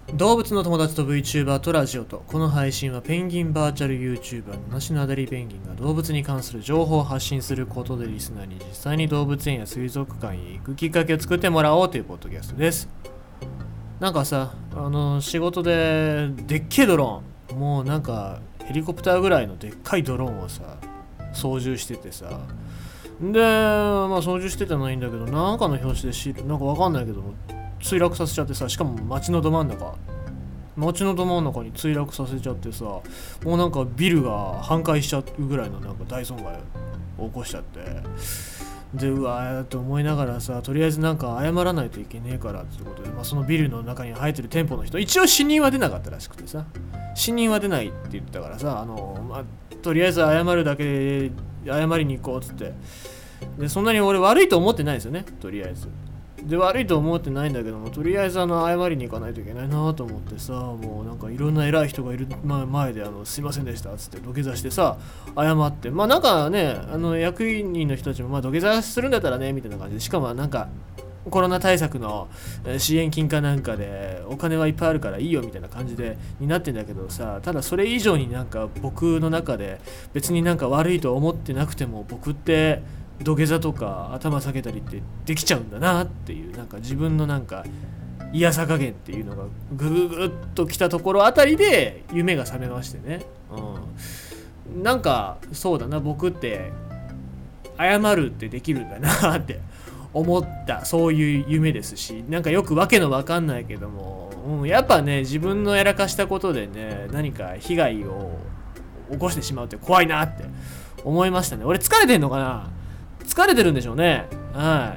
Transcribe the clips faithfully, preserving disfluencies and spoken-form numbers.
動物の友達と VTuber とラジオと、この配信はペンギンバーチャル YouTuber のなしのあだりペンギンが動物に関する情報を発信することでリスナーに実際に動物園や水族館へ行くきっかけを作ってもらおうというポッドキャストです。なんかさ、あの仕事ででっけえドローン、もうなんかヘリコプターぐらいのでっかいドローンをさ操縦しててさ、で、まあ操縦してたのはいいんだけど、なんかの拍子でシールなんかわかんないけど墜落させちゃってさ、しかも街のど真ん中街のど真ん中に墜落させちゃってさ、もうなんかビルが半壊しちゃうぐらいのなんか大損害を起こしちゃって、でうわーって思いながらさ、とりあえずなんか謝らないといけねえからってことで、まあ、そのビルの中に入ってる店舗の人、一応死人は出なかったらしくてさ、死人は出ないって言ったからさ、あの、まあ、とりあえず謝るだけ謝りに行こうっつって、でそんなに俺悪いと思ってないですよね、とりあえずで悪いと思ってないんだけども、とりあえずあの謝りに行かないといけないなと思ってさ、もうなんかいろんな偉い人がいる前であのすいませんでしたっつって土下座してさ謝って、まあなんかね、あの役員の人たちもまあ土下座するんだったらねみたいな感じで、しかもなんかコロナ対策の支援金かなんかでお金はいっぱいあるからいいよみたいな感じでになってんだけどさ、ただそれ以上になんか僕の中で別になんか悪いと思ってなくても、僕って土下座とか頭下げたりってできちゃうんだなっていう、なんか自分のなんか嫌さ加減っていうのがグググっときたところあたりで夢が覚めましてね、うん、なんかそうだな、僕って謝るってできるんだなって思った、そういう夢ですし、なんかよくわけのわかんないけども、うん、やっぱね自分のやらかしたことでね何か被害を起こしてしまうって怖いなって思いましたね。俺疲れてんのかな、疲れてるんでしょうね。はい。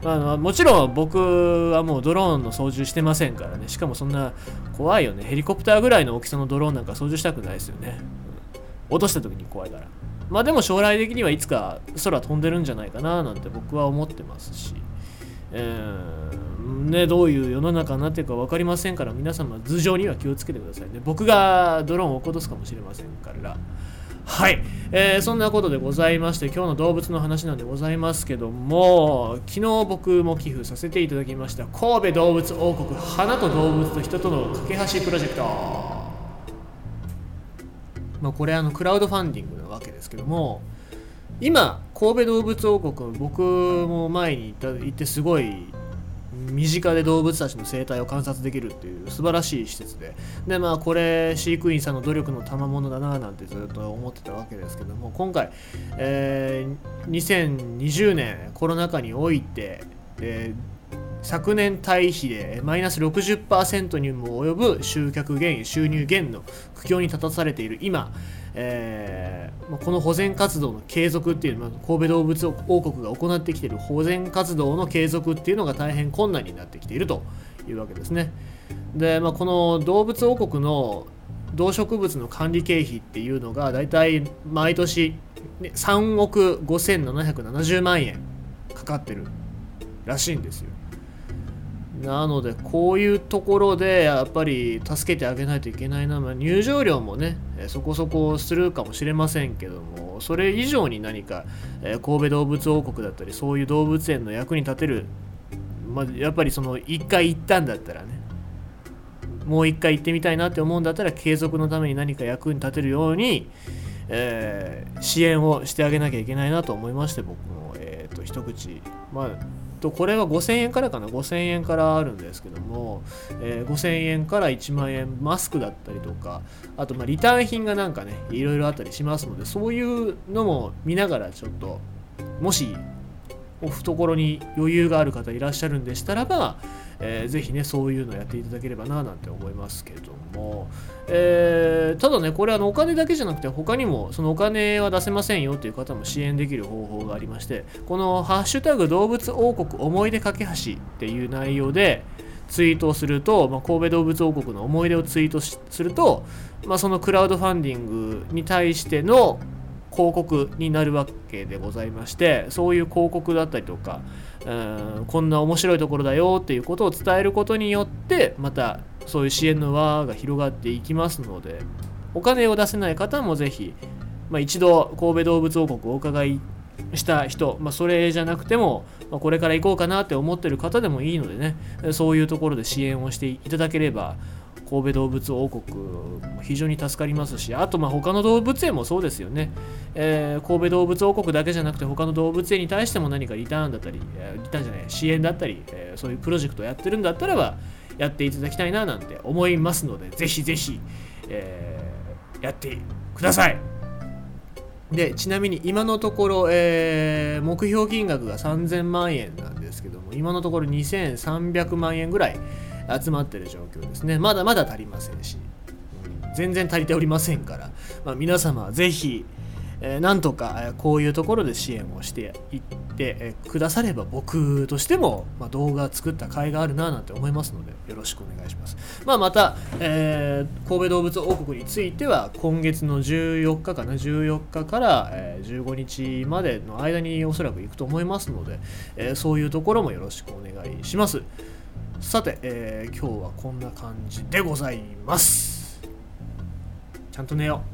あのもちろん僕はもうドローンの操縦してませんからね。しかもそんな怖いよね。ヘリコプターぐらいの大きさのドローンなんか操縦したくないですよね。うん、落とした時に怖いから。まあでも将来的にはいつか空飛んでるんじゃないかななんて僕は思ってますし、えー、ね、どういう世の中になっているか分かりませんから、皆様頭上には気をつけてくださいね。僕がドローンを落っことすかもしれませんから。はい、えー、そんなことでございまして、今日の動物の話なんでございますけども、昨日僕も寄付させていただきました神戸動物王国花と動物と人との架け橋プロジェクト、まあ、これあのクラウドファンディングなわけですけども、今神戸動物王国、僕も前に行ってすごい身近で動物たちの生態を観察できるっていう素晴らしい施設で、でまあこれ飼育員さんの努力の賜物だななんてずっと思ってたわけですけども、今回、えー、にせんにじゅうねんコロナ禍において、えー、昨年対比でマイナス ろくじゅっパーセント にも及ぶ集客減収入減の苦境に立たされている今、えー、この保全活動の継続っていうのは、神戸動物王国が行ってきている保全活動の継続っていうのが大変困難になってきているというわけですね。で、まあ、この動物王国の動植物の管理経費っていうのがだいたい毎年さんおくごせんななひゃくななじゅうまんえんかかってるらしいんですよ。なのでこういうところでやっぱり助けてあげないといけないな、まあ、入場料もねそこそこするかもしれませんけども、それ以上に何か神戸動物王国だったりそういう動物園の役に立てる、まあ、やっぱりそのいっかい行ったんだったらね、もういっかい行ってみたいなって思うんだったら継続のために何か役に立てるように、えー、支援をしてあげなきゃいけないなと思いまして、僕も、えー、と一口まあこれはごせんえんからかな、ごせんえんからあるんですけども、えー、ごせんえんからいちまんえんマスクだったりとか、あとまあリターン品がなんかねいろいろあったりしますので、そういうのも見ながらちょっと、もしお懐に余裕がある方いらっしゃるんでしたらば、えー、ぜひねそういうのやっていただければななんて思いますけれども、えー、ただねこれあのお金だけじゃなくて他にもそのお金は出せませんよという方も支援できる方法がありまして、このハッシュタグ動物王国思い出架け橋っていう内容でツイートをすると、まあ、神戸動物王国の思い出をツイートすると、まあ、そのクラウドファンディングに対しての広告になるわけでございまして、そういう広告だったりとか、うん、こんな面白いところだよっていうことを伝えることによってまたそういう支援の輪が広がっていきますので、お金を出せない方もぜひ、まあ、一度神戸動物王国をお伺いした人、まあ、それじゃなくてもまあ、これから行こうかなって思ってる方でもいいのでね、そういうところで支援をしていただければ神戸動物王国も非常に助かりますし、あとまあ他の動物園もそうですよね、えー、神戸動物王国だけじゃなくて他の動物園に対しても何かリターンだったり、リターンじゃない支援だったり、えー、そういうプロジェクトをやってるんだったらばやっていただきたいななんて思いますので、ぜひぜひ、えー、やってください。でちなみに今のところ、えー、目標金額がさんぜんまんえんなんですけども、今のところにせんさんびゃくまんえんぐらい集まっている状況ですね。まだまだ足りませんし、うん、全然足りておりませんから、まあ、皆様ぜひ、えー、なんとか、えー、こういうところで支援をしていって、えー、くだされば僕としても、まあ、動画作った甲斐があるななんて思いますのでよろしくお願いします。まあ、また、えー、神戸動物王国については今月のじゅうよっかかなじゅうよっかから、えー、じゅうごにちまでの間におそらく行くと思いますので、えー、そういうところもよろしくお願いします。さて、えー、今日はこんな感じでございます。ちゃんと寝よう。